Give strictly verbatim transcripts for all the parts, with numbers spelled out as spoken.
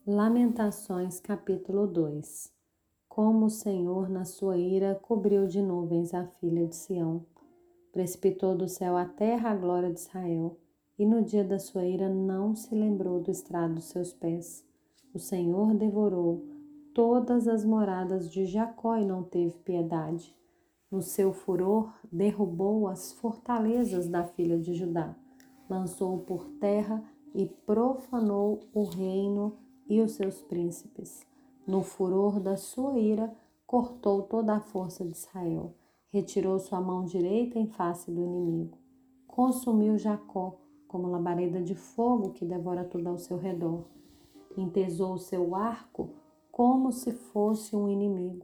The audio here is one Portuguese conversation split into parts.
Lamentações, capítulo dois. Como o Senhor, na sua ira, cobriu de nuvens a filha de Sião, precipitou do céu à terra a glória de Israel, e no dia da sua ira não se lembrou do estrado dos seus pés. O Senhor devorou todas as moradas de Jacó e não teve piedade. No seu furor, derrubou as fortalezas da filha de Judá, lançou por terra e profanou o reino e os seus príncipes. No furor da sua ira, cortou toda a força de Israel, retirou sua mão direita em face do inimigo. Consumiu Jacó como labareda de fogo que devora tudo ao seu redor. Entesou o seu arco como se fosse um inimigo.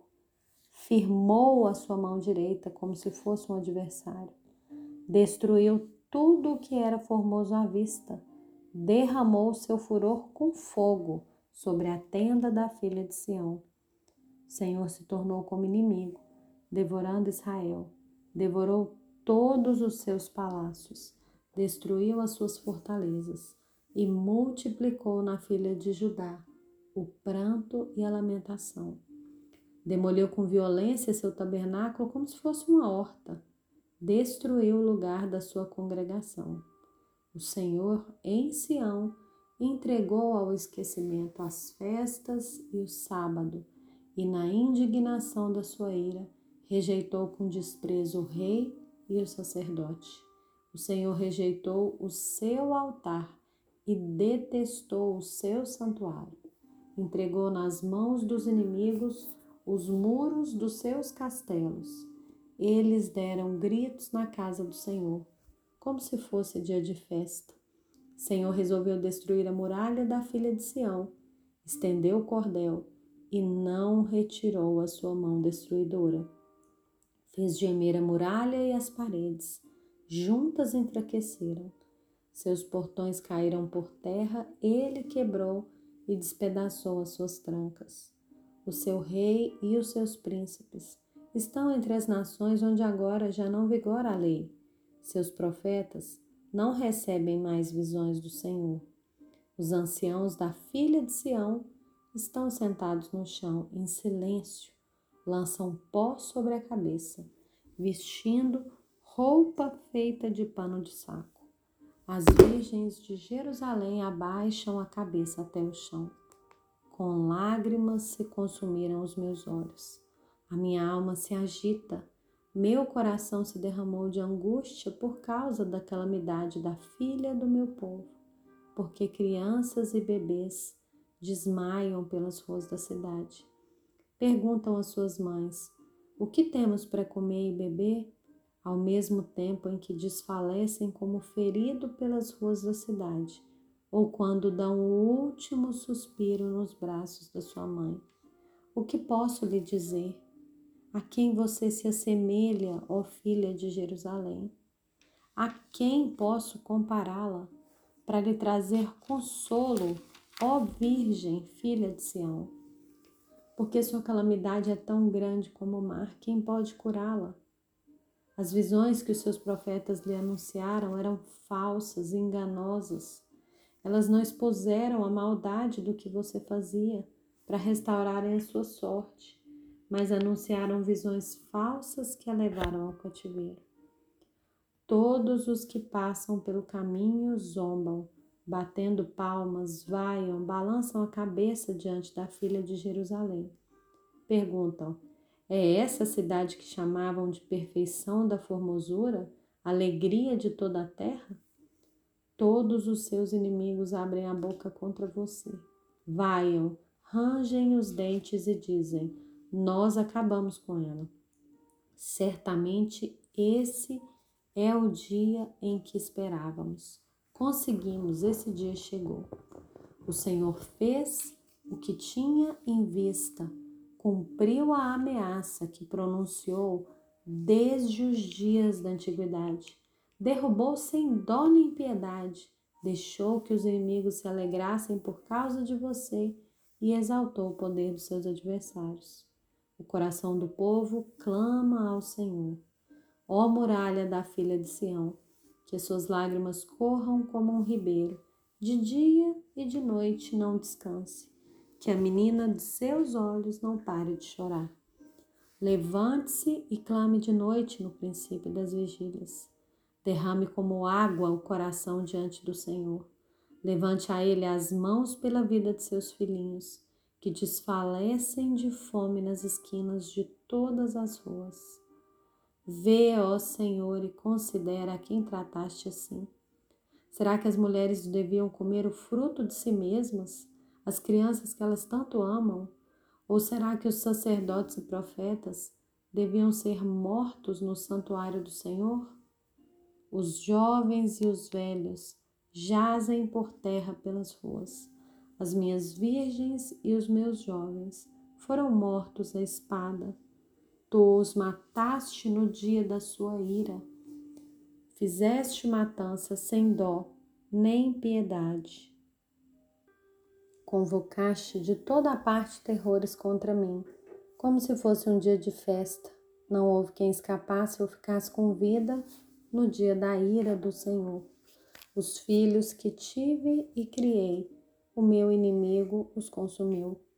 Firmou a sua mão direita como se fosse um adversário. Destruiu tudo o que era formoso à vista. Derramou seu furor com fogo sobre a tenda da filha de Sião. O Senhor se tornou como inimigo, devorando Israel. Devorou todos os seus palácios, destruiu as suas fortalezas e multiplicou na filha de Judá o pranto e a lamentação. Demoliu com violência seu tabernáculo como se fosse uma horta. Destruiu o lugar da sua congregação. O Senhor, em Sião, entregou ao esquecimento as festas e o sábado, e na indignação da sua ira, rejeitou com desprezo o rei e o sacerdote. O Senhor rejeitou o seu altar e detestou o seu santuário. Entregou nas mãos dos inimigos os muros dos seus castelos. Eles deram gritos na casa do Senhor, como se fosse dia de festa. O Senhor resolveu destruir a muralha da filha de Sião, estendeu o cordel e não retirou a sua mão destruidora. Fez gemer a muralha e as paredes, juntas enfraqueceram. Seus portões caíram por terra, ele quebrou e despedaçou as suas trancas. O seu rei e os seus príncipes estão entre as nações onde agora já não vigora a lei. Seus profetas não recebem mais visões do Senhor. Os anciãos da filha de Sião estão sentados no chão, em silêncio, lançam pó sobre a cabeça, vestindo roupa feita de pano de saco. As virgens de Jerusalém abaixam a cabeça até o chão. Com lágrimas se consumiram os meus olhos. A minha alma se agita. Meu coração se derramou de angústia por causa da calamidade da filha do meu povo, porque crianças e bebês desmaiam pelas ruas da cidade. Perguntam às suas mães: o que temos para comer e beber? Ao mesmo tempo em que desfalecem como ferido pelas ruas da cidade, ou quando dão o último suspiro nos braços da sua mãe. O que posso lhe dizer? A quem você se assemelha, ó filha de Jerusalém? A quem posso compará-la para lhe trazer consolo, ó virgem, filha de Sião? Porque sua calamidade é tão grande como o mar, quem pode curá-la? As visões que os seus profetas lhe anunciaram eram falsas e enganosas. Elas não expuseram a maldade do que você fazia para restaurarem a sua sorte, mas anunciaram visões falsas que a levaram ao cativeiro. Todos os que passam pelo caminho zombam, batendo palmas, vaiam, balançam a cabeça diante da filha de Jerusalém. Perguntam: é essa a cidade que chamavam de perfeição da formosura, alegria de toda a terra? Todos os seus inimigos abrem a boca contra você. Vaiam, rangem os dentes e dizem: nós acabamos com ela. Certamente esse é o dia em que esperávamos. Conseguimos, esse dia chegou. O Senhor fez o que tinha em vista, cumpriu a ameaça que pronunciou desde os dias da antiguidade. Derrubou sem dó nem piedade, deixou que os inimigos se alegrassem por causa de você e exaltou o poder dos seus adversários. O coração do povo clama ao Senhor. Ó muralha da filha de Sião, que as suas lágrimas corram como um ribeiro, de dia e de noite não descanse. que a menina de seus olhos não pare de chorar. Levante-se e clame de noite no princípio das vigílias. Derrame como água o coração diante do Senhor. Levante a Ele as mãos pela vida de seus filhinhos, que desfalecem de fome nas esquinas de todas as ruas. Vê, ó Senhor, e considera a quem trataste assim. Será que as mulheres deviam comer o fruto de si mesmas, as crianças que elas tanto amam? Ou será que os sacerdotes e profetas deviam ser mortos no santuário do Senhor? Os jovens e os velhos jazem por terra pelas ruas. As minhas virgens e os meus jovens foram mortos à espada. Tu os mataste no dia da sua ira. Fizeste matança sem dó, nem piedade. Convocaste de toda a parte terrores contra mim, como se fosse um dia de festa. Não houve quem escapasse ou ficasse com vida no dia da ira do Senhor. Os filhos que tive e criei, o meu inimigo os consumiu.